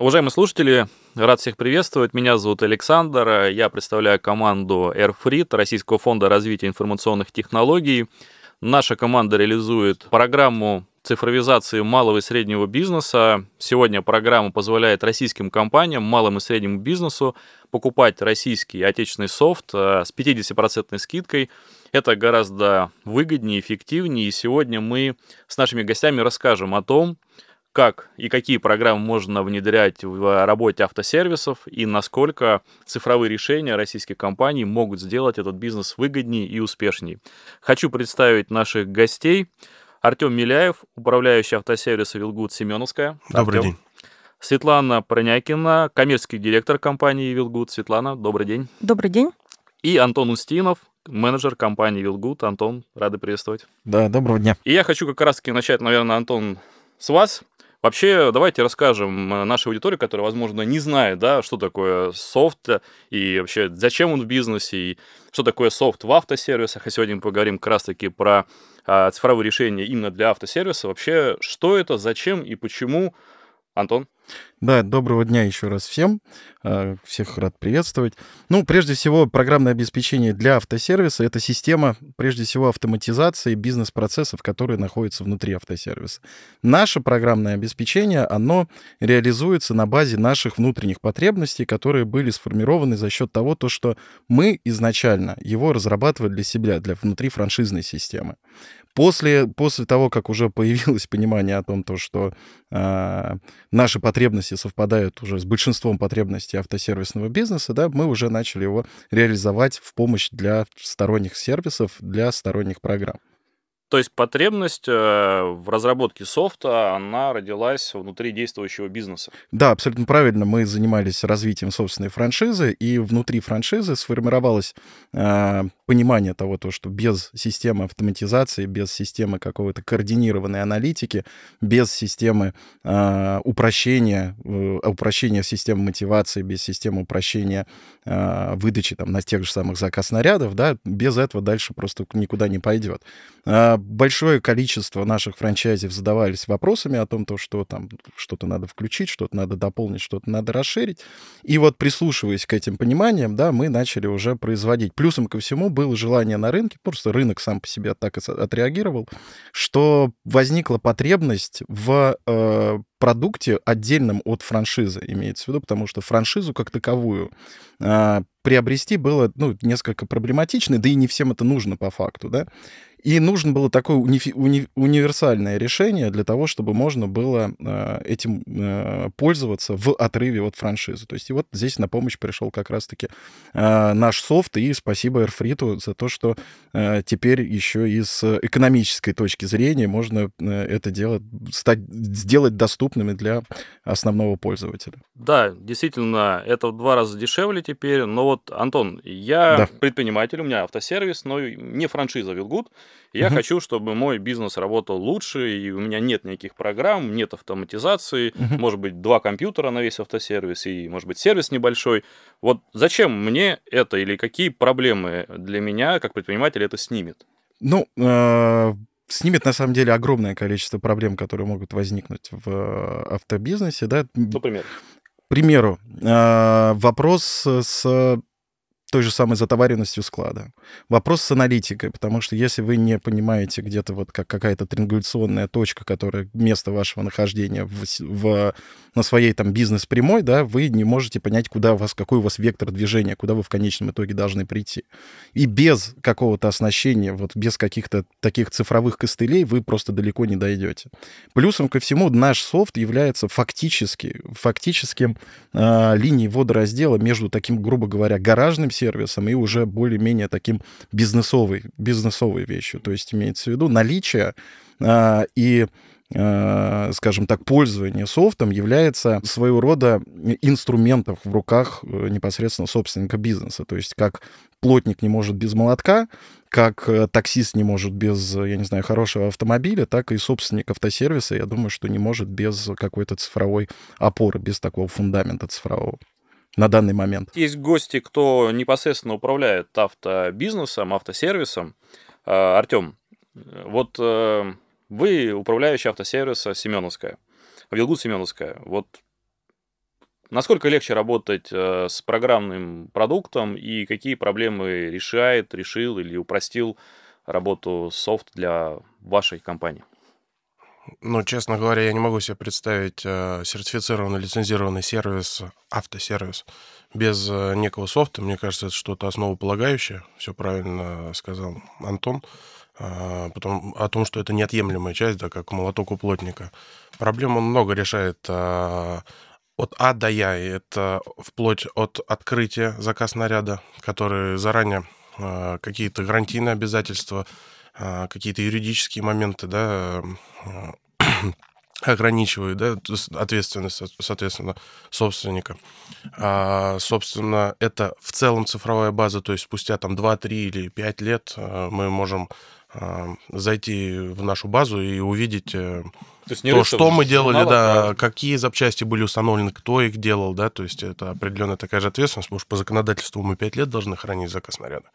Уважаемые слушатели, рад всех приветствовать. Меня зовут Александр. Я представляю команду AirFrit, Российского фонда развития информационных технологий. Наша команда реализует программу цифровизации малого и среднего бизнеса. Сегодня программа позволяет российским компаниям, малому и среднему бизнесу покупать российский и отечественный софт с 50% скидкой. Это гораздо выгоднее, эффективнее. И сегодня мы с нашими гостями расскажем о том, как и какие программы можно внедрять в работе автосервисов и насколько цифровые решения российских компаний могут сделать этот бизнес выгоднее и успешнее. Хочу представить наших гостей. Артем Миляев, управляющий автосервиса Вилгуд Семеновская. Добрый Артем. день. Светлана Пронякина, коммерческий директор компании Вилгуд. Светлана, добрый день. Добрый день. И Антон Устинов, менеджер компании Вилгуд. Антон, рады приветствовать. Да, доброго дня. И я хочу как раз-таки начать, наверное, Антон, с вас. Вообще, давайте расскажем нашей аудитории, которая, возможно, не знает, да, что такое софт и вообще зачем он в бизнесе, и что такое софт в автосервисах. И сегодня мы поговорим как раз-таки про цифровые решения именно для автосервиса. Вообще, что это, зачем и почему? Антон? Да, доброго дня еще раз всем. Всех рад приветствовать. Прежде всего, программное обеспечение для автосервиса — это система, прежде всего, автоматизации бизнес-процессов, которые находятся внутри автосервиса. Наше программное обеспечение, оно реализуется на базе наших внутренних потребностей, которые были сформированы за счет того, что мы изначально его разрабатывали для себя, для внутрифраншизной системы. После того, как уже появилось понимание о том, что наши потребности совпадают уже с большинством потребностей автосервисного бизнеса, да, мы уже начали его реализовать в помощь для сторонних сервисов, для сторонних программ. То есть потребность в разработке софта, она родилась внутри действующего бизнеса. Да, абсолютно правильно. Мы занимались развитием собственной франшизы, и внутри франшизы сформировалось понимание того, что без системы автоматизации, без системы какого-то координированной аналитики, без системы упрощения системы мотивации, без системы упрощения выдачи на тех же самых заказ-нарядов, да, без этого дальше просто никуда не пойдет. Большое количество наших франчайзов задавались вопросами о том, что там что-то надо включить, что-то надо дополнить, что-то надо расширить. И вот, прислушиваясь к этим пониманиям, да, мы начали уже производить. Плюсом ко всему было желание на рынке, просто рынок сам по себе так отреагировал, что возникла потребность в продукте отдельном от франшизы, имеется в виду, потому что франшизу как таковую приобрести было несколько проблематично, да и не всем это нужно по факту, да. И нужно было такое универсальное решение для того, чтобы можно было этим пользоваться в отрыве от франшизы. То есть и вот здесь на помощь пришел как раз-таки наш софт, и спасибо AirFrit за то, что теперь еще и с экономической точки зрения можно это дело сделать доступными для основного пользователя. Да, действительно, это в 2 раза дешевле теперь. Но вот, Антон, я предприниматель, у меня автосервис, но не франшиза Вилгуд. Я хочу, чтобы мой бизнес работал лучше, и у меня нет никаких программ, нет автоматизации, может быть, 2 компьютера на весь автосервис, и, может быть, сервис небольшой. Вот зачем мне это, или какие проблемы для меня, как предпринимателя, это снимет? Снимет, на самом деле, огромное количество проблем, которые могут возникнуть в автобизнесе, да. Например? К примеру, вопрос с той же самой затоваренностью склада. Вопрос с аналитикой, потому что если вы не понимаете где-то вот как какая-то триангуляционная точка, которая место вашего нахождения на своей там бизнес-прямой, да, вы не можете понять, какой у вас вектор движения, куда вы в конечном итоге должны прийти. И без какого-то оснащения, вот без каких-то таких цифровых костылей вы просто далеко не дойдете. Плюсом ко всему, наш софт является фактическим линией водораздела между таким, грубо говоря, гаражным сервисом и уже более-менее таким бизнесовой вещью. То есть имеется в виду наличие и, скажем так, пользование софтом является своего рода инструментом в руках непосредственно собственника бизнеса. То есть как плотник не может без молотка, как таксист не может без, я не знаю, хорошего автомобиля, так и собственник автосервиса, я думаю, что не может без какой-то цифровой опоры, без такого фундамента цифрового на данный момент. Есть гости, кто непосредственно управляет автобизнесом, автосервисом. Артем, вот вы управляющий автосервиса Семеновская, Вилгуд Семеновская. Вот Насколько легче работать с программным продуктом и какие проблемы решил или упростил работу софт для вашей компании? Ну, честно говоря, я не могу себе представить сертифицированный, лицензированный сервис, автосервис без некого софта. Мне кажется, это что-то основополагающее. Все правильно сказал Антон. О том, что это неотъемлемая часть, да, как молоток у плотника. Проблема много решает от А до Я. И это вплоть от открытия заказ наряда, который заранее какие-то гарантийные обязательства, какие-то юридические моменты, да, ограничивают, да, ответственность, соответственно, собственника. Собственно, это в целом цифровая база, то есть спустя там 2, 3 или 5 лет мы можем зайти в нашу базу и увидеть То есть не то, рыться в что мы делали, журналах, да, какие запчасти были установлены, кто их делал, да, то есть это определенная такая же ответственность, потому что по законодательству мы 5 лет должны хранить заказ наряда.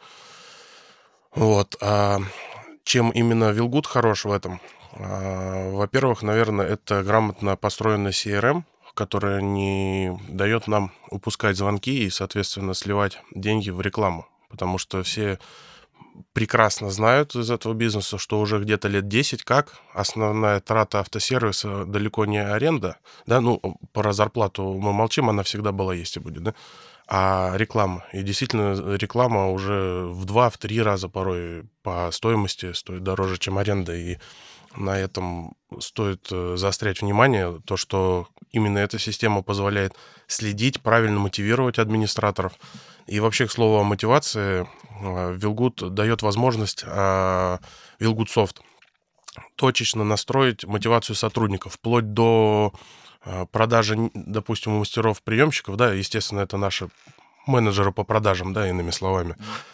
Вот. Чем именно Вилгуд хорош в этом? Во-первых, наверное, это грамотно построенный CRM, который не дает нам упускать звонки и, соответственно, сливать деньги в рекламу. Потому что все прекрасно знают из этого бизнеса, что уже где-то лет 10 как основная трата автосервиса далеко не аренда, да, ну, про зарплату мы молчим, она всегда была, есть и будет, да, а реклама. И действительно, реклама уже в 2-3 раза порой по стоимости стоит дороже, чем аренда, и на этом стоит заострять внимание, то, что именно эта система позволяет следить, правильно мотивировать администраторов. И вообще, к слову о мотивации, Вилгуд дает возможность Вилгуд Софт точечно настроить мотивацию сотрудников, вплоть до продажи, допустим, у мастеров-приемщиков, да, естественно, это наши менеджеры по продажам, да, иными словами.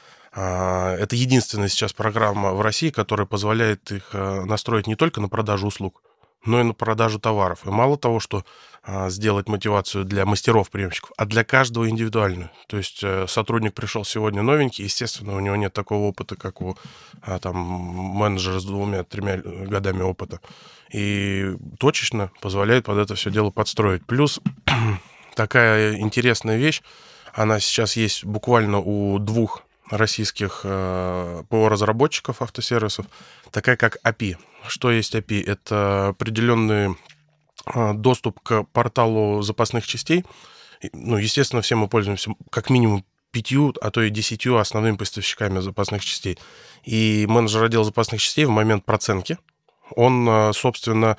Это единственная сейчас программа в России, которая позволяет их настроить не только на продажу услуг, но и на продажу товаров. И мало того, что сделать мотивацию для мастеров-приемщиков, а для каждого индивидуальную. То есть сотрудник пришел сегодня новенький, естественно, у него нет такого опыта, как у там, менеджера с 2-3 годами опыта. И точечно позволяет под это все дело подстроить. Плюс такая интересная вещь, она сейчас есть буквально у 2 российских ПО-разработчиков автосервисов, такая как API. Что есть API? Это определенный доступ к порталу запасных частей. Ну, естественно, все мы пользуемся как минимум 5, а то и 10 основными поставщиками запасных частей. И менеджер отдела запасных частей в момент проценки, он, собственно,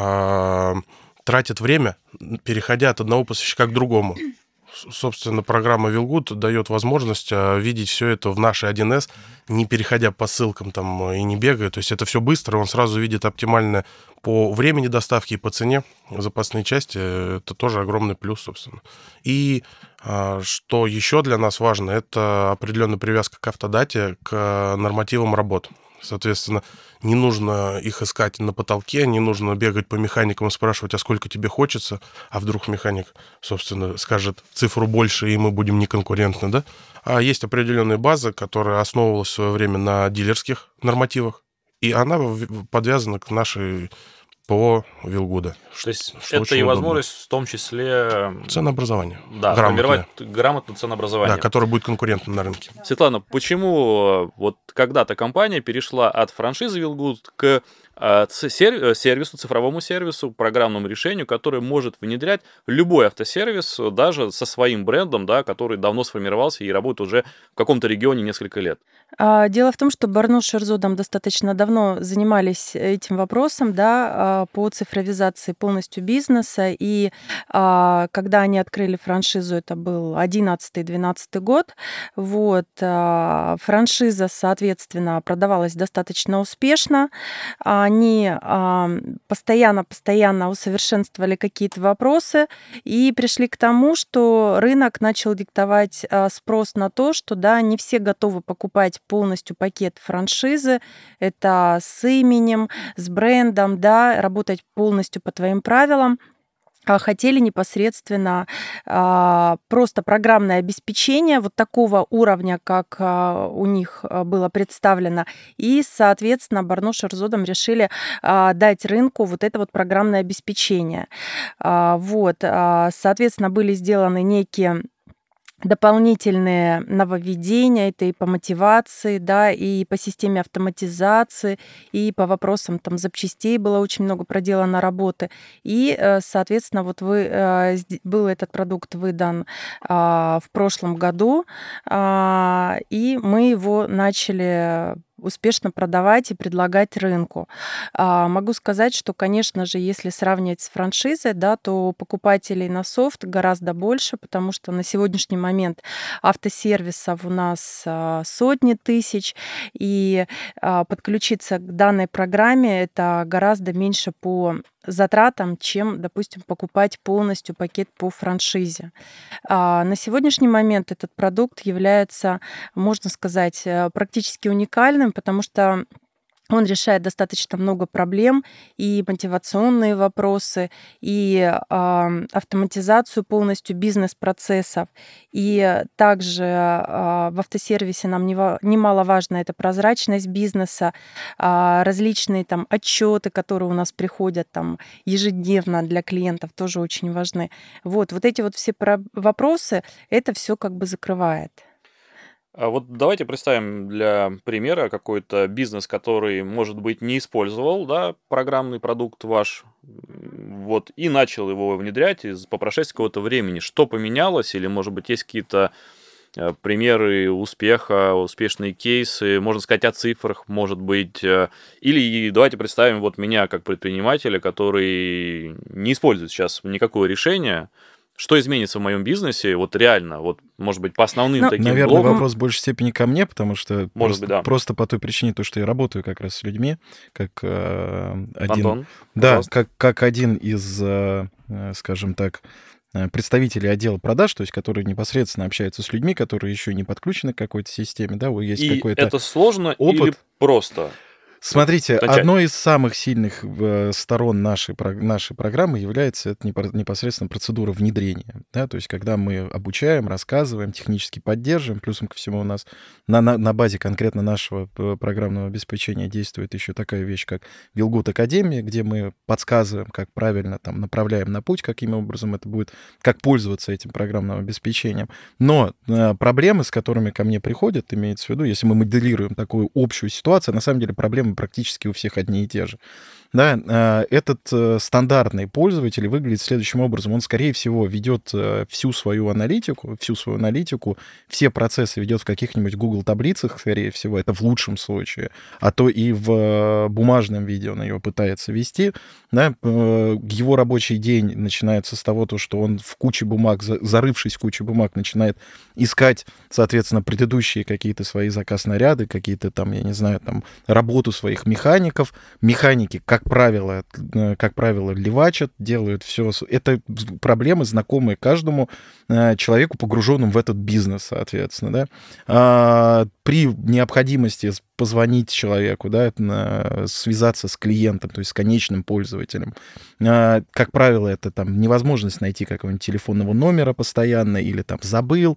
тратит время, переходя от одного поставщика к другому. Собственно, программа Вилгуд дает возможность видеть все это в нашей 1С, не переходя по ссылкам там и не бегая. То есть это все быстро, он сразу видит оптимально по времени доставки и по цене запасные части. Это тоже огромный плюс, собственно. И что еще для нас важно, это определенная привязка к автодате, к нормативам работ. Соответственно, не нужно их искать на потолке, не нужно бегать по механикам и спрашивать, а сколько тебе хочется, а вдруг механик, собственно, скажет цифру больше, и мы будем неконкурентны, да? А есть определенная база, которая основывалась в свое время на дилерских нормативах, и она подвязана к нашей ПО Вилгуда, То есть что это и очень удобно. возможность в том числе, Ценообразование да, грамотное, формировать грамотное да, ценообразование. которое будет конкурентным на рынке. Светлана, почему вот когда-то компания перешла от франшизы Вилгуд к сервису, цифровому сервису, программному решению, которое может внедрять любой автосервис, даже со своим брендом, да, который давно сформировался и работает уже в каком-то регионе несколько лет? Дело в том, что Барнуш с Шерзодом достаточно давно занимались этим вопросом, да, по цифровизации полностью бизнеса. И когда они открыли франшизу, это был 11-12 год, вот, франшиза, соответственно, продавалась достаточно успешно. Они постоянно усовершенствовали какие-то вопросы и пришли к тому, что рынок начал диктовать спрос на то, что, да, не все готовы покупать полностью пакет франшизы. Это с именем, с брендом, да, работать полностью по твоим правилам. хотели непосредственно просто программное обеспечение вот такого уровня, как у них было представлено. И, соответственно, Барно Шерзодом решили дать рынку вот это вот программное обеспечение. Соответственно, были сделаны некие дополнительные нововведения, это и по мотивации, да, и по системе автоматизации, и по вопросам там запчастей было очень много проделано работы. И, соответственно, был этот продукт выдан в прошлом году, и мы его начали успешно продавать и предлагать рынку. Могу сказать, что, конечно же, если сравнивать с франшизой, да, то покупателей на софт гораздо больше, потому что на сегодняшний момент автосервисов у нас сотни тысяч, и подключиться к данной программе это гораздо меньше по затратам, чем, допустим, покупать полностью пакет по франшизе. На сегодняшний момент этот продукт является, можно сказать, практически уникальным, потому что он решает достаточно много проблем, и мотивационные вопросы, и автоматизацию полностью бизнес-процессов. И также в автосервисе нам немаловажно это прозрачность бизнеса, различные там отчеты, которые у нас приходят там ежедневно для клиентов, тоже очень важны. Вот эти вот все вопросы, это все как бы закрывает. А вот давайте представим для примера какой-то бизнес, который, может быть, не использовал, да, программный продукт ваш, и начал его внедрять по прошествии какого-то времени. Что поменялось? Или, может быть, есть какие-то примеры успеха, успешные кейсы, можно сказать, о цифрах, может быть. Или давайте представим меня как предпринимателя, который не использует сейчас никакое решение. Что изменится в моем бизнесе, реально, может быть, по основным таким наверное, блокам? вопрос в большей степени ко мне, потому что Может быть, да. просто по той причине, что я работаю как раз с людьми, как один... Антон, Да, пожалуйста. как один из, скажем так, представителей отдела продаж, то есть который непосредственно общается с людьми, которые еще не подключены к какой-то системе, да, есть И какой-то это сложно или опыт. просто? Смотрите, начать. одной из самых сильных сторон нашей программы является это непосредственно процедура внедрения. Да? То есть когда мы обучаем, рассказываем, технически поддерживаем, плюсом ко всему у нас на базе конкретно нашего программного обеспечения действует еще такая вещь, как Вилгуд Академия, где мы подсказываем, как правильно там направляем на путь, каким образом это будет, как пользоваться этим программным обеспечением. Но проблемы, с которыми ко мне приходят, имеется в виду, если мы моделируем такую общую ситуацию, на самом деле проблемы практически у всех одни и те же. Да, этот стандартный пользователь выглядит следующим образом. Он, скорее всего, ведет всю свою аналитику, все процессы ведет в каких-нибудь Google таблицах, скорее всего, это в лучшем случае, а то и в бумажном виде он ее пытается вести. Да, его рабочий день начинается с того, что он в куче бумаг, зарывшись в кучу бумаг, начинает искать, соответственно, предыдущие какие-то свои заказ-наряды, какие-то там, я не знаю, там, работу своих механиков. Механики, как правило, левачат, делают все. Это проблемы, знакомые каждому человеку, погруженному в этот бизнес, соответственно. Да? При необходимости позвонить человеку, да, связаться с клиентом, то есть с конечным пользователем. Как правило, это там невозможность найти какого-нибудь телефонного номера постоянно или там забыл,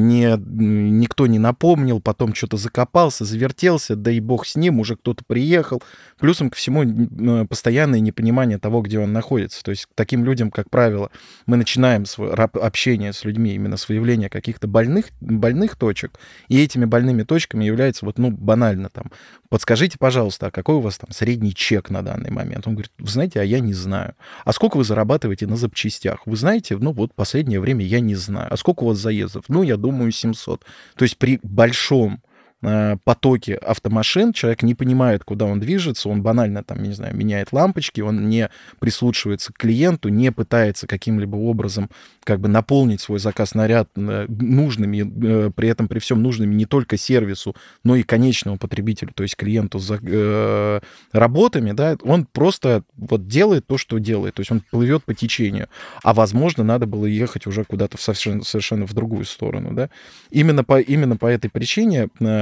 никто не напомнил, потом что-то закопался, завертелся, да и бог с ним, уже кто-то приехал. Плюсом ко всему постоянное непонимание того, где он находится. То есть к таким людям, как правило, мы начинаем общение с людьми именно с выявления каких-то больных точек, и этими больными точками является банально там, подскажите, пожалуйста, а какой у вас там средний чек на данный момент? Он говорит, вы знаете, а я не знаю. А сколько вы зарабатываете на запчастях? Вы знаете, последнее время я не знаю. А сколько у вас заездов? Я думаю, 700. То есть при большом потоке автомашин, человек не понимает, куда он движется, он банально, там, не знаю, меняет лампочки, он не прислушивается к клиенту, не пытается каким-либо образом как бы наполнить свой заказ-наряд нужными, при этом при всем нужными не только сервису, но и конечному потребителю, то есть клиенту за работами, да, он просто делает то, что делает, то есть он плывет по течению, а возможно, надо было ехать уже куда-то совершенно в другую сторону, да. Именно по этой причине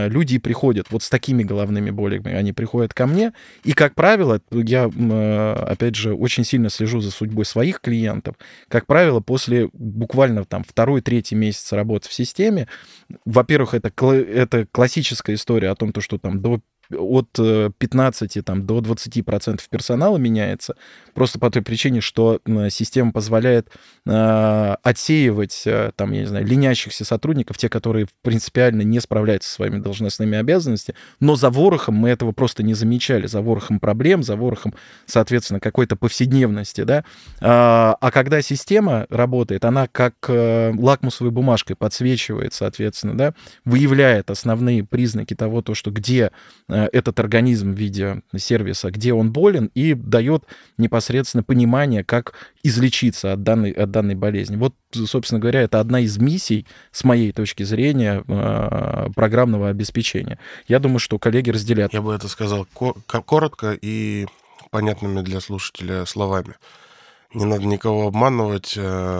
люди и приходят вот с такими головными болями. Они приходят ко мне, и, как правило, я, опять же, очень сильно слежу за судьбой своих клиентов. Как правило, после буквально там 2-3 месяца работы в системе, во-первых, это классическая история о том, что там от 15 там, до 20% персонала меняется, просто по той причине, что система позволяет отсеивать, там, я не знаю, ленящихся сотрудников, те, которые принципиально не справляются со своими должностными обязанностями, но за ворохом мы этого просто не замечали, за ворохом проблем, за ворохом, соответственно, какой-то повседневности, да, а когда система работает, она как лакмусовой бумажкой подсвечивает, соответственно, да, выявляет основные признаки того, что где этот организм в виде сервиса, где он болен, и дает непосредственно понимание, как излечиться от данной болезни. Вот, собственно говоря, это одна из миссий, с моей точки зрения, программного обеспечения. Я думаю, что коллеги разделяют. Я бы это сказал коротко и понятными для слушателя словами. Не надо никого обманывать.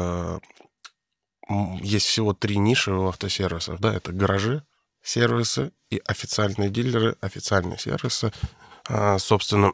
Есть всего 3 ниши в автосервисах. Да? Это гаражи, сервисы и официальные дилеры, официальные сервисы. Собственно,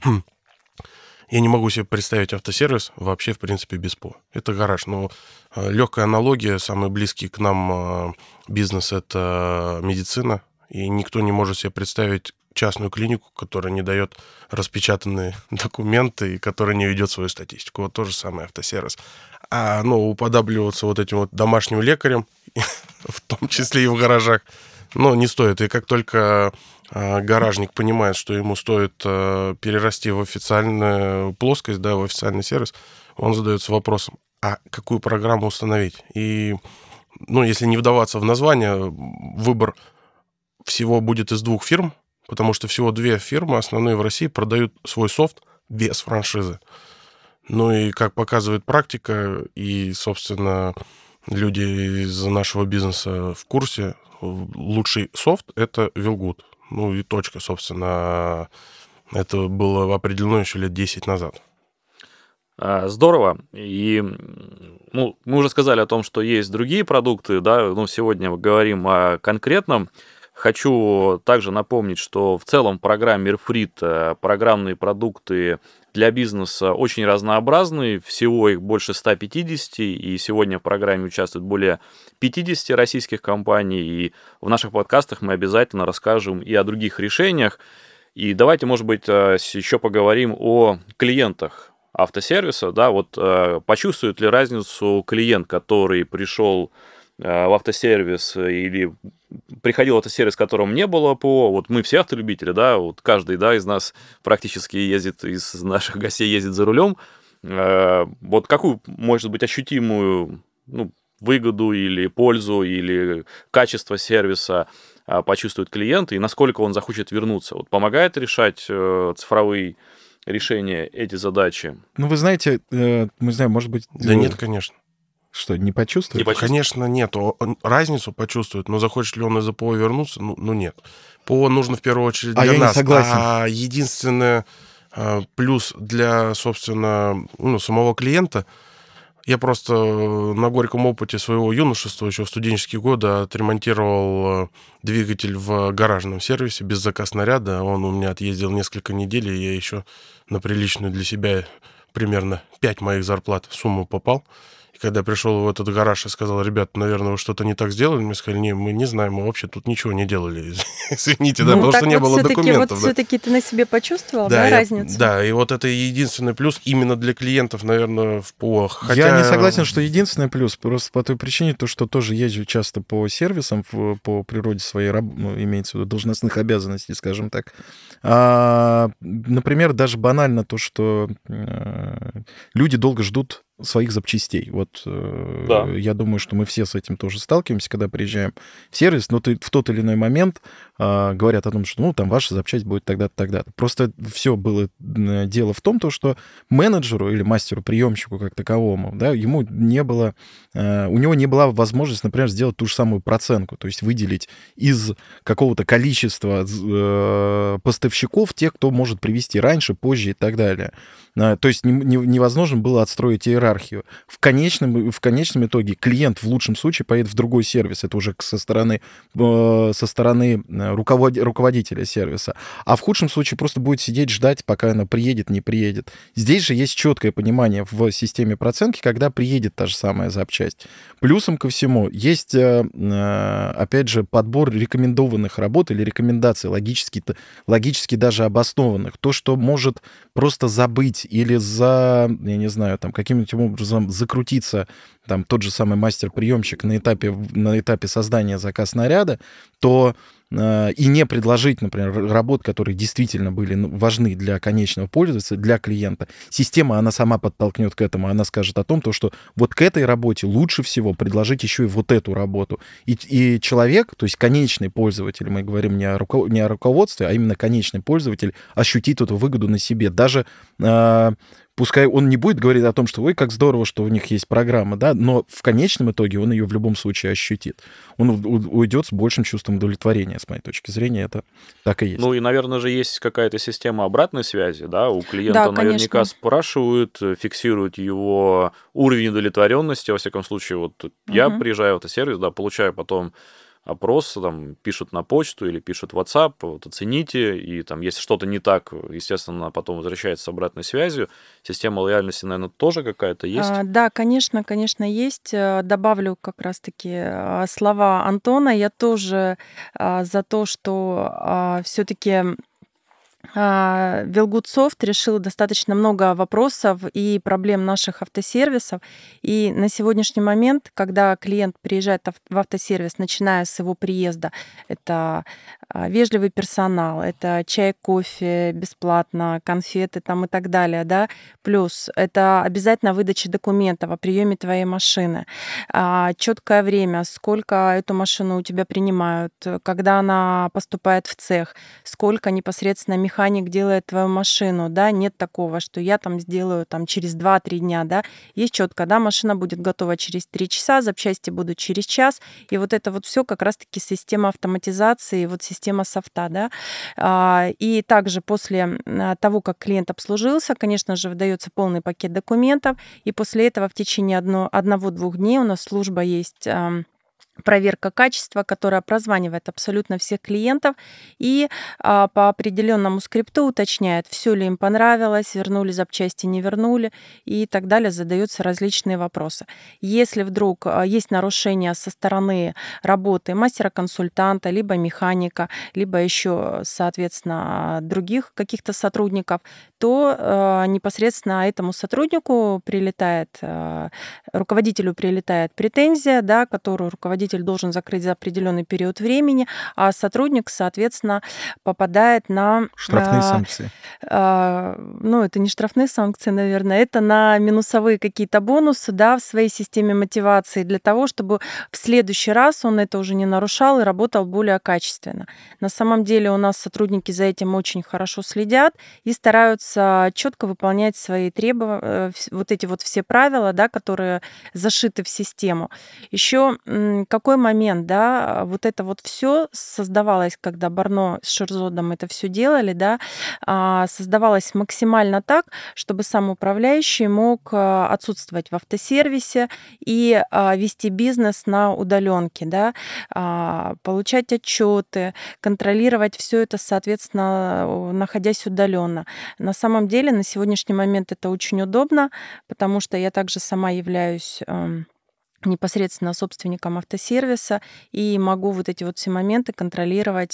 я не могу себе представить автосервис вообще, в принципе, без ПО. Это гараж. Но легкая аналогия, самый близкий к нам бизнес — это медицина. И никто не может себе представить частную клинику, которая не дает распечатанные документы и которая не ведет свою статистику. Вот то же самое автосервис. Уподабливаться вот этим вот домашним лекарем, в том числе и в гаражах, не стоит. И как только гаражник понимает, что ему стоит перерасти в официальную плоскость, да, в официальный сервис, он задается вопросом, а какую программу установить? И, если не вдаваться в название, выбор всего будет из 2 фирм, потому что всего 2 фирмы основные в России продают свой софт без франшизы. И как показывает практика, и, собственно, люди из нашего бизнеса в курсе, лучший софт — это Wellgood. И точка, собственно. Это было определено еще лет 10 назад. Здорово. И мы уже сказали о том, что есть другие продукты, да, сегодня мы говорим о конкретном. Хочу также напомнить, что в целом в программе AirFrit программные продукты для бизнеса очень разнообразные, всего их больше 150, и сегодня в программе участвует более 50 российских компаний, и в наших подкастах мы обязательно расскажем и о других решениях. И давайте, может быть, еще поговорим о клиентах автосервиса, да, почувствует ли разницу клиент, который пришел в автосервис или приходил в автосервис, в котором не было ПО. Мы все автолюбители, да, каждый, да, из нас практически из наших гостей ездит за рулем. Какую, может быть, ощутимую выгоду или пользу, или качество сервиса почувствует клиент, и насколько он захочет вернуться? Помогает решать цифровые решения эти задачи? Вы знаете, мы знаем, может быть... Да нет, конечно. Что, не почувствует? Конечно, нет. Он разницу почувствует, но захочет ли он из-за ПО вернуться? Нет. ПО нужно в первую очередь для нас. Я не согласен. А единственный плюс для, собственно, самого клиента, я просто на горьком опыте своего юношества еще в студенческие годы отремонтировал двигатель в гаражном сервисе без заказ наряда. Он у меня отъездил несколько недель, и я еще на приличную для себя примерно 5 моих зарплат сумму попал. И когда пришел в этот гараж и сказал, ребят, наверное, вы что-то не так сделали, мне сказали, не, мы не знаем, мы вообще тут ничего не делали. Извините, да, потому что не было документов. Все-таки ты на себе почувствовал, да, разницу? Да, и это единственный плюс именно для клиентов, наверное, в ПО. Я не согласен, что единственный плюс, просто по той причине, что тоже езжу часто по сервисам, по природе своей, имеется в виду должностных обязанностей, скажем так. Например, даже банально то, что люди долго ждут своих запчастей. Да. Я думаю, что мы все с этим тоже сталкиваемся, когда приезжаем в сервис, но в тот или иной момент говорят о том, что там ваша запчасть будет тогда-то, тогда-то. Просто все было дело в том, что менеджеру или мастеру-приемщику как таковому, да, у него не была возможность, например, сделать ту же самую проценку, то есть выделить из какого-то количества поставщиков тех, кто может привезти раньше, позже и так далее. То есть невозможно было отстроить иерархию. иерархию. В конечном итоге клиент в лучшем случае поедет в другой сервис. Это уже со стороны руководителя сервиса. А в худшем случае просто будет сидеть, ждать, пока она приедет, не приедет. Здесь же есть четкое понимание в системе проценки, когда приедет та же самая запчасть. Плюсом ко всему есть, опять же, подбор рекомендованных работ или рекомендаций, логически даже обоснованных. То, что может просто забыть или я не знаю, там каким-нибудь образом закрутиться там тот же самый мастер-приемщик на этапе создания заказа наряда, то и не предложить, например, работ, которые действительно были важны для конечного пользователя, для клиента, система, она сама подтолкнет к этому, она скажет о том, что вот к этой работе лучше всего предложить еще и вот эту работу. И человек, то есть конечный пользователь, мы говорим не о руководстве, а именно конечный пользователь, ощутит эту выгоду на себе. Даже пускай он не будет говорить о том, что ой, как здорово, что у них есть программа, да, но в конечном итоге он ее в любом случае ощутит. Он уйдет с большим чувством удовлетворения, с моей точки зрения, это так и есть. Ну и, наверное же, есть какая-то система обратной связи, да, у клиента Да, наверняка конечно. спрашивают, фиксируют его уровень удовлетворенности, во всяком случае, вот я Мгм. приезжаю в этот сервис, да, получаю потом опрос, там, пишут на почту или пишут в WhatsApp, вот, оцените, и там, если что-то не так, естественно, потом возвращается с обратной связью. Система лояльности, наверное, тоже какая-то есть? Да, конечно, есть. Добавлю как раз-таки слова Антона. Я тоже за то, что все-таки Wellgood решил достаточно много вопросов и проблем наших автосервисов. И на сегодняшний момент, когда клиент приезжает в автосервис, начиная с его приезда, это вежливый персонал, это чай, кофе бесплатно, конфеты там и так далее, да, плюс это обязательно выдача документов о приеме твоей машины, четкое время, сколько эту машину у тебя принимают, когда она поступает в цех, сколько непосредственно механик делает твою машину, да, нет такого, что я там сделаю там через 2-3 дня, да, есть четко, да, машина будет готова через 3 часа, запчасти будут через час, и вот это вот все как раз-таки система автоматизации, вот система софта, да. И также после того, как клиент обслужился, конечно же, выдается полный пакет документов, и после этого в течение 1-2 дней у нас служба есть, проверка качества, которая прозванивает абсолютно всех клиентов и по определенному скрипту уточняет, все ли им понравилось, вернули запчасти, не вернули и так далее, задаются различные вопросы. Если вдруг есть нарушения со стороны работы мастера-консультанта, либо механика, либо еще, соответственно, других каких-то сотрудников, то непосредственно этому сотруднику руководителю прилетает претензия, да, которую руководитель должен закрыть за определенный период времени, а сотрудник, соответственно, попадает на... Штрафные санкции. Ну, это не штрафные санкции, наверное, это на минусовые какие-то бонусы, да, в своей системе мотивации для того, чтобы в следующий раз он это уже не нарушал и работал более качественно. На самом деле у нас сотрудники за этим очень хорошо следят и стараются четко выполнять свои требования, вот эти вот все правила, да, которые зашиты в систему. Еще какой момент, да, вот это вот все создавалось, когда Барно с Шерзодом это все делали, да, создавалось максимально так, чтобы сам управляющий мог отсутствовать в автосервисе и вести бизнес на удаленке, да, получать отчеты, контролировать все это, соответственно, находясь удаленно. На самом деле на сегодняшний момент это очень удобно, потому что я также сама являюсь непосредственно собственником автосервиса и могу вот эти вот все моменты контролировать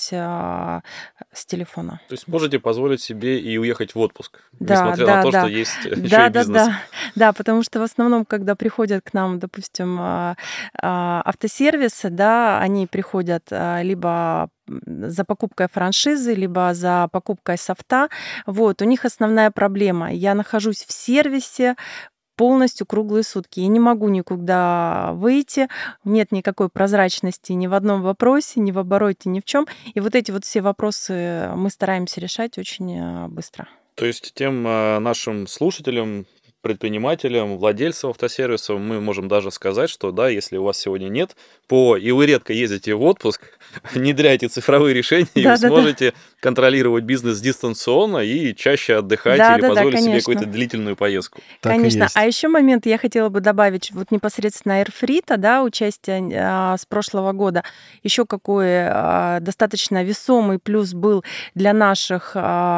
с телефона. То есть можете позволить себе и уехать в отпуск, Да, несмотря на то, да. что есть еще Да, и бизнес. да, потому что в основном, когда приходят к нам, допустим, автосервисы, да, они приходят либо за покупкой франшизы, либо за покупкой софта. Вот, у них основная проблема. Я нахожусь в сервисе полностью круглые сутки. Я не могу никуда выйти, нет никакой прозрачности ни в одном вопросе, ни в обороте, ни в чем. И вот эти вот все вопросы мы стараемся решать очень быстро. То есть тем нашим слушателям предпринимателям, владельцам автосервисов мы можем даже сказать, что да, если у вас сегодня нет ПО, и вы редко ездите в отпуск, внедряйте цифровые решения, и вы сможете контролировать бизнес дистанционно и чаще отдыхать или позволить себе какую-то длительную поездку. Конечно. А еще момент я хотела бы добавить, вот непосредственно Airfrit, да, участие с прошлого года. Еще какой достаточно весомый плюс был для наших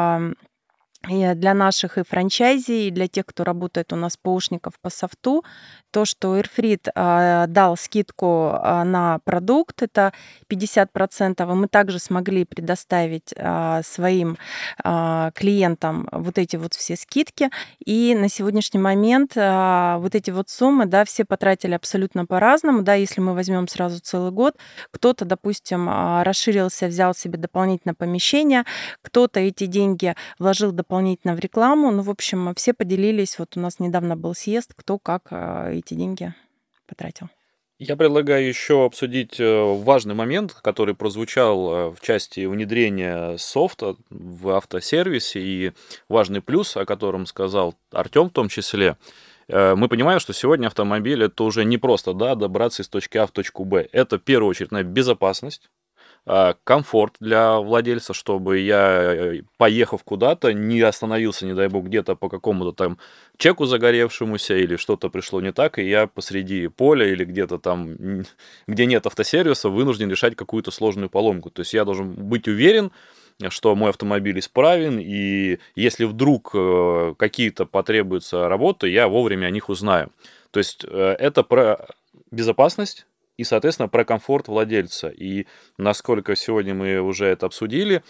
и франчайзи, и для тех, кто работает у нас ПОшников по софту, то, что Airfrit дал скидку на продукт, это 50%, и мы также смогли предоставить своим клиентам вот эти вот все скидки. И на сегодняшний момент вот эти вот суммы, да, все потратили абсолютно по-разному, да, если мы возьмем сразу целый год, кто-то, допустим, расширился, взял себе дополнительное помещение, кто-то эти деньги вложил дополнительно в рекламу. Ну, в общем, все поделились. Вот у нас недавно был съезд, кто как эти деньги потратил. Я предлагаю еще обсудить важный момент, который прозвучал в части внедрения софта в автосервисе, и важный плюс, о котором сказал Артем в том числе. Мы понимаем, что сегодня автомобиль — это уже не просто добраться из точки А в точку Б. Это, в первую очередь, безопасность, комфорт для владельца, чтобы я, поехав куда-то, не остановился, не дай бог, где-то по какому-то там чеку загоревшемуся или что-то пришло не так, и я посреди поля или где-то там, где нет автосервиса, вынужден решать какую-то сложную поломку. То есть я должен быть уверен, что мой автомобиль исправен, и если вдруг какие-то потребуются работы, я вовремя о них узнаю. То есть это про безопасность, и, соответственно, про комфорт владельца. И насколько сегодня мы уже это обсудили,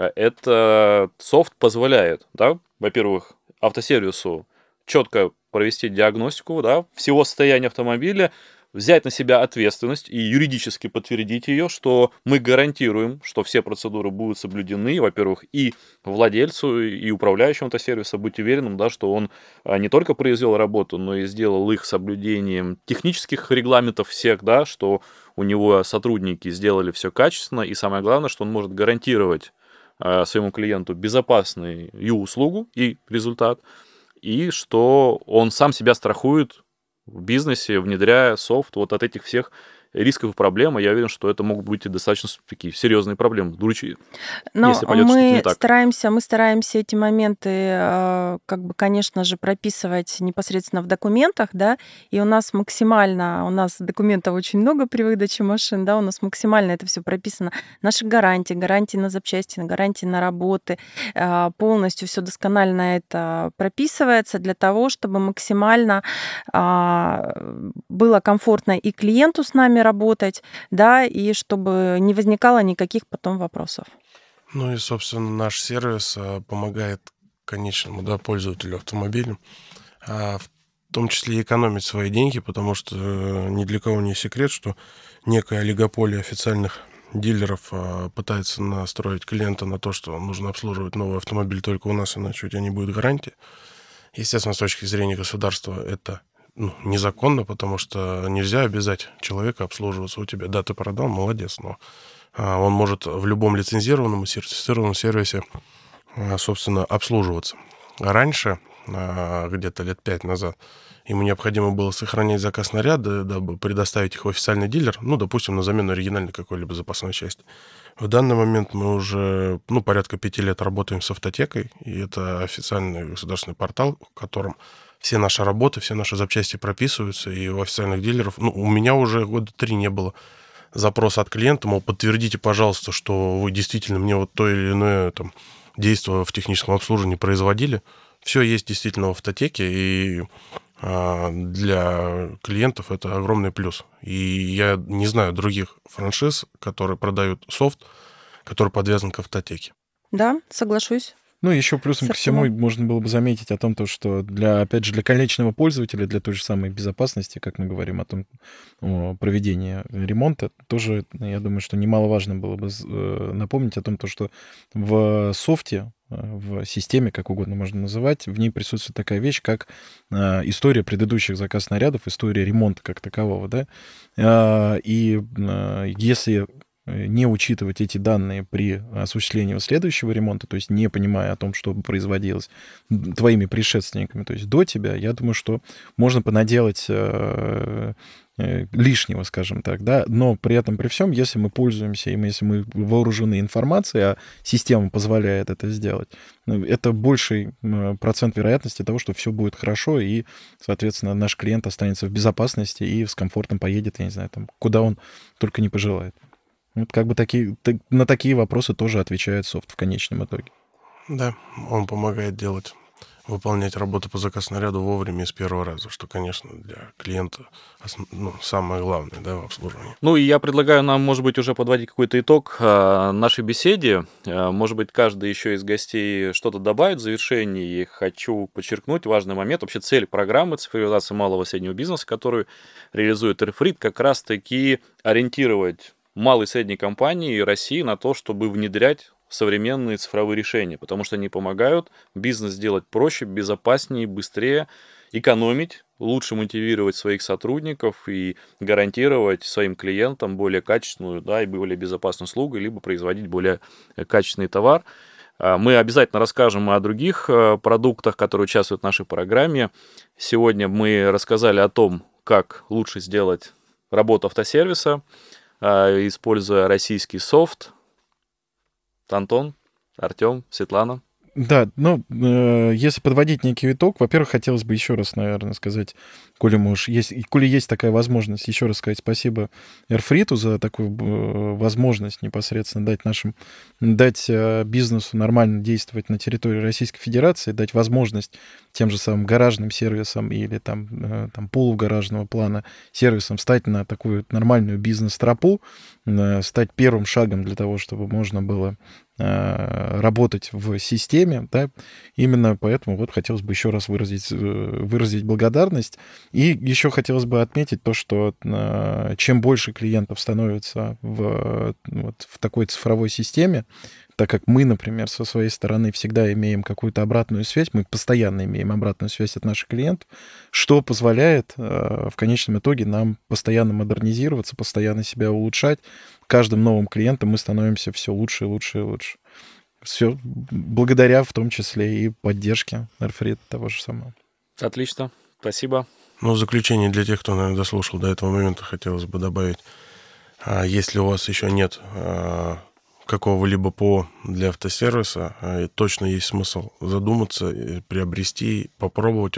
это софт позволяет, да, во-первых, автосервису четко провести диагностику, да, всего состояния автомобиля, взять на себя ответственность и юридически подтвердить ее, что мы гарантируем, что все процедуры будут соблюдены, во-первых, и владельцу, и управляющему автосервиса быть уверенным, да, что он не только произвел работу, но и сделал их соблюдением технических регламентов всех, да, что у него сотрудники сделали все качественно, и самое главное, что он может гарантировать своему клиенту безопасную и услугу, и результат, и что он сам себя страхует в бизнесе, внедряя софт вот от этих всех рисков и проблем. Я уверен, что это могут быть и достаточно такие серьезные проблемы, если пойдет что-то не так. Мы стараемся эти моменты, конечно же, прописывать непосредственно в документах, да, и у нас документов очень много при выдаче машин, да, у нас максимально это все прописано. Наши гарантии на запчасти, гарантии на работы, полностью все досконально это прописывается для того, чтобы максимально было комфортно и клиенту с нами работать, да, и чтобы не возникало никаких потом вопросов. Ну и, собственно, наш сервис помогает конечному, да, пользователю автомобиля, в том числе и экономить свои деньги, потому что ни для кого не секрет, что некое олигополие официальных дилеров пытается настроить клиента на то, что нужно обслуживать новый автомобиль только у нас, иначе у тебя не будет гарантии. Естественно, с точки зрения государства это незаконно, потому что нельзя обязать человека обслуживаться у тебя. Да, ты продал, молодец, но он может в любом лицензированном и сертифицированном сервисе, собственно, обслуживаться. Раньше, где-то лет 5 назад, ему необходимо было сохранять заказ наряда, дабы предоставить их в официальный дилер, допустим, на замену оригинальной какой-либо запасной части. В данный момент мы уже, порядка 5 лет работаем с автотекой, и это официальный государственный портал, в котором все наши работы, все наши запчасти прописываются, и у официальных дилеров, у меня уже года 3 не было запроса от клиента, мол, подтвердите, пожалуйста, что вы действительно мне вот то или иное там действие в техническом обслуживании производили. Все есть действительно в автотеке, и для клиентов это огромный плюс. И я не знаю других франшиз, которые продают софт, который подвязан к автотеке. Да, соглашусь. Ну, еще плюсом ко всему можно было бы заметить о том, что для конечного пользователя, для той же самой безопасности, как мы говорим о проведении ремонта, тоже, я думаю, что немаловажно было бы напомнить о том, что в софте, в системе, как угодно можно называть, в ней присутствует такая вещь, как история предыдущих заказнарядов, история ремонта как такового, да. И если не учитывать эти данные при осуществлении следующего ремонта, то есть не понимая о том, что производилось твоими предшественниками, то есть до тебя, я думаю, что можно понаделать лишнего, скажем так, да, но при этом, при всем, если мы пользуемся, и если мы вооружены информацией, а система позволяет это сделать, это больший процент вероятности того, что все будет хорошо, и, соответственно, наш клиент останется в безопасности и с комфортом поедет, я не знаю, там, куда он только не пожелает. Вот как бы на такие вопросы тоже отвечает софт в конечном итоге. Да, он помогает выполнять работу по заказснаряду вовремя и с первого раза, что, конечно, для клиента самое главное, да, в обслуживании. Ну и я предлагаю нам, может быть, уже подводить какой-то итог нашей беседе. Может быть, каждый еще из гостей что-то добавит в завершении. И хочу подчеркнуть важный момент. Вообще цель программы цифровизации малого и среднего бизнеса, которую реализует Airfreed, как раз-таки ориентировать малые и средние компании России на то, чтобы внедрять современные цифровые решения, потому что они помогают бизнес сделать проще, безопаснее, быстрее, экономить, лучше мотивировать своих сотрудников и гарантировать своим клиентам более качественную, да, и более безопасную услугу, либо производить более качественный товар. Мы обязательно расскажем о других продуктах, которые участвуют в нашей программе. Сегодня мы рассказали о том, как лучше сделать работу автосервиса, используя российский софт. Антон, Артем, Светлана. Да, ну, если подводить некий итог, во-первых, хотелось бы еще раз, наверное, сказать, коли есть такая возможность, еще раз сказать спасибо Airfreed за такую возможность непосредственно дать бизнесу нормально действовать на территории Российской Федерации, дать возможность тем же самым гаражным сервисам или там полугаражного плана сервисам стать на такую нормальную бизнес-тропу, стать первым шагом для того, чтобы можно было работать в системе, да, именно поэтому вот хотелось бы еще раз выразить благодарность. И еще хотелось бы отметить то, что чем больше клиентов становится в такой цифровой системе, так как мы, например, со своей стороны всегда имеем какую-то обратную связь, мы постоянно имеем обратную связь от наших клиентов, что позволяет в конечном итоге нам постоянно модернизироваться, постоянно себя улучшать. Каждым новым клиентом мы становимся все лучше и лучше и лучше. Все благодаря в том числе и поддержке Airfreed того же самого. Отлично, спасибо. Ну, в заключение для тех, кто, наверное, дослушал до этого момента, хотелось бы добавить, если у вас еще нет какого-либо ПО для автосервиса, точно есть смысл задуматься, приобрести, попробовать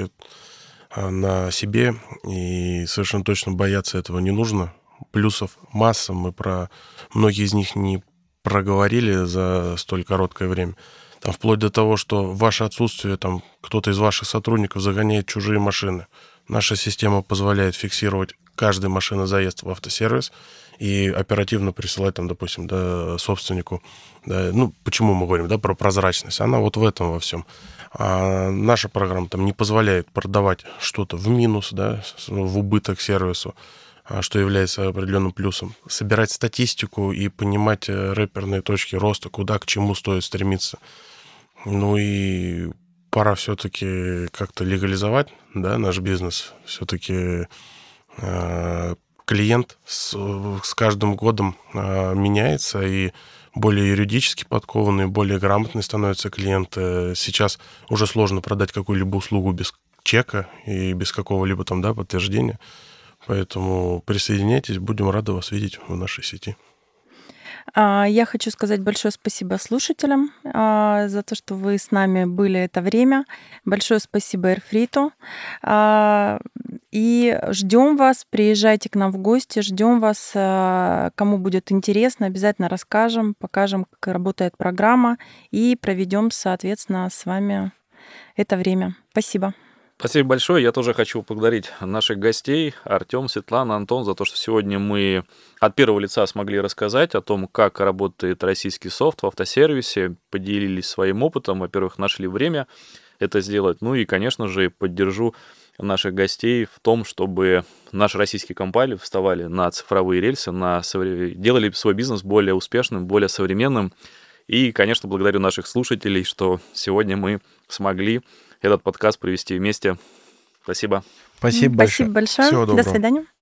на себе, и совершенно точно бояться этого не нужно. Плюсов масса, мы про многие из них не проговорили за столь короткое время. Там вплоть до того, что в ваше отсутствие там кто-то из ваших сотрудников загоняет чужие машины. Наша система позволяет фиксировать каждой машины заезд в автосервис и оперативно присылать там, допустим, да, собственнику. Да, ну, почему мы говорим, да, про прозрачность? Она вот в этом во всем. А наша программа там не позволяет продавать что-то в минус, да, в убыток сервису, что является определенным плюсом. Собирать статистику и понимать реперные точки роста, куда, к чему стоит стремиться. Ну и пора все-таки как-то легализовать, да, наш бизнес. Все-таки клиент с каждым годом меняется, и более юридически подкованный, более грамотный становится клиент. Сейчас уже сложно продать какую-либо услугу без чека и без какого-либо там, да, подтверждения. Поэтому присоединяйтесь, будем рады вас видеть в нашей сети. Я хочу сказать большое спасибо слушателям за то, что вы с нами были это время. Большое спасибо Airfreed. И ждем вас, приезжайте к нам в гости, ждем вас, кому будет интересно, обязательно расскажем, покажем, как работает программа и проведем, соответственно, с вами это время. Спасибо. Спасибо большое. Я тоже хочу поблагодарить наших гостей, Артем, Светлана, Антон, за то, что сегодня мы от первого лица смогли рассказать о том, как работает российский софт в автосервисе, поделились своим опытом, во-первых, нашли время это сделать, ну и, конечно же, поддержу наших гостей в том, чтобы наши российские компании вставали на цифровые рельсы, делали свой бизнес более успешным, более современным. И, конечно, благодарю наших слушателей, что сегодня мы смогли этот подкаст провести вместе. Спасибо. Спасибо большое. Спасибо большое. Всего доброго. До свидания.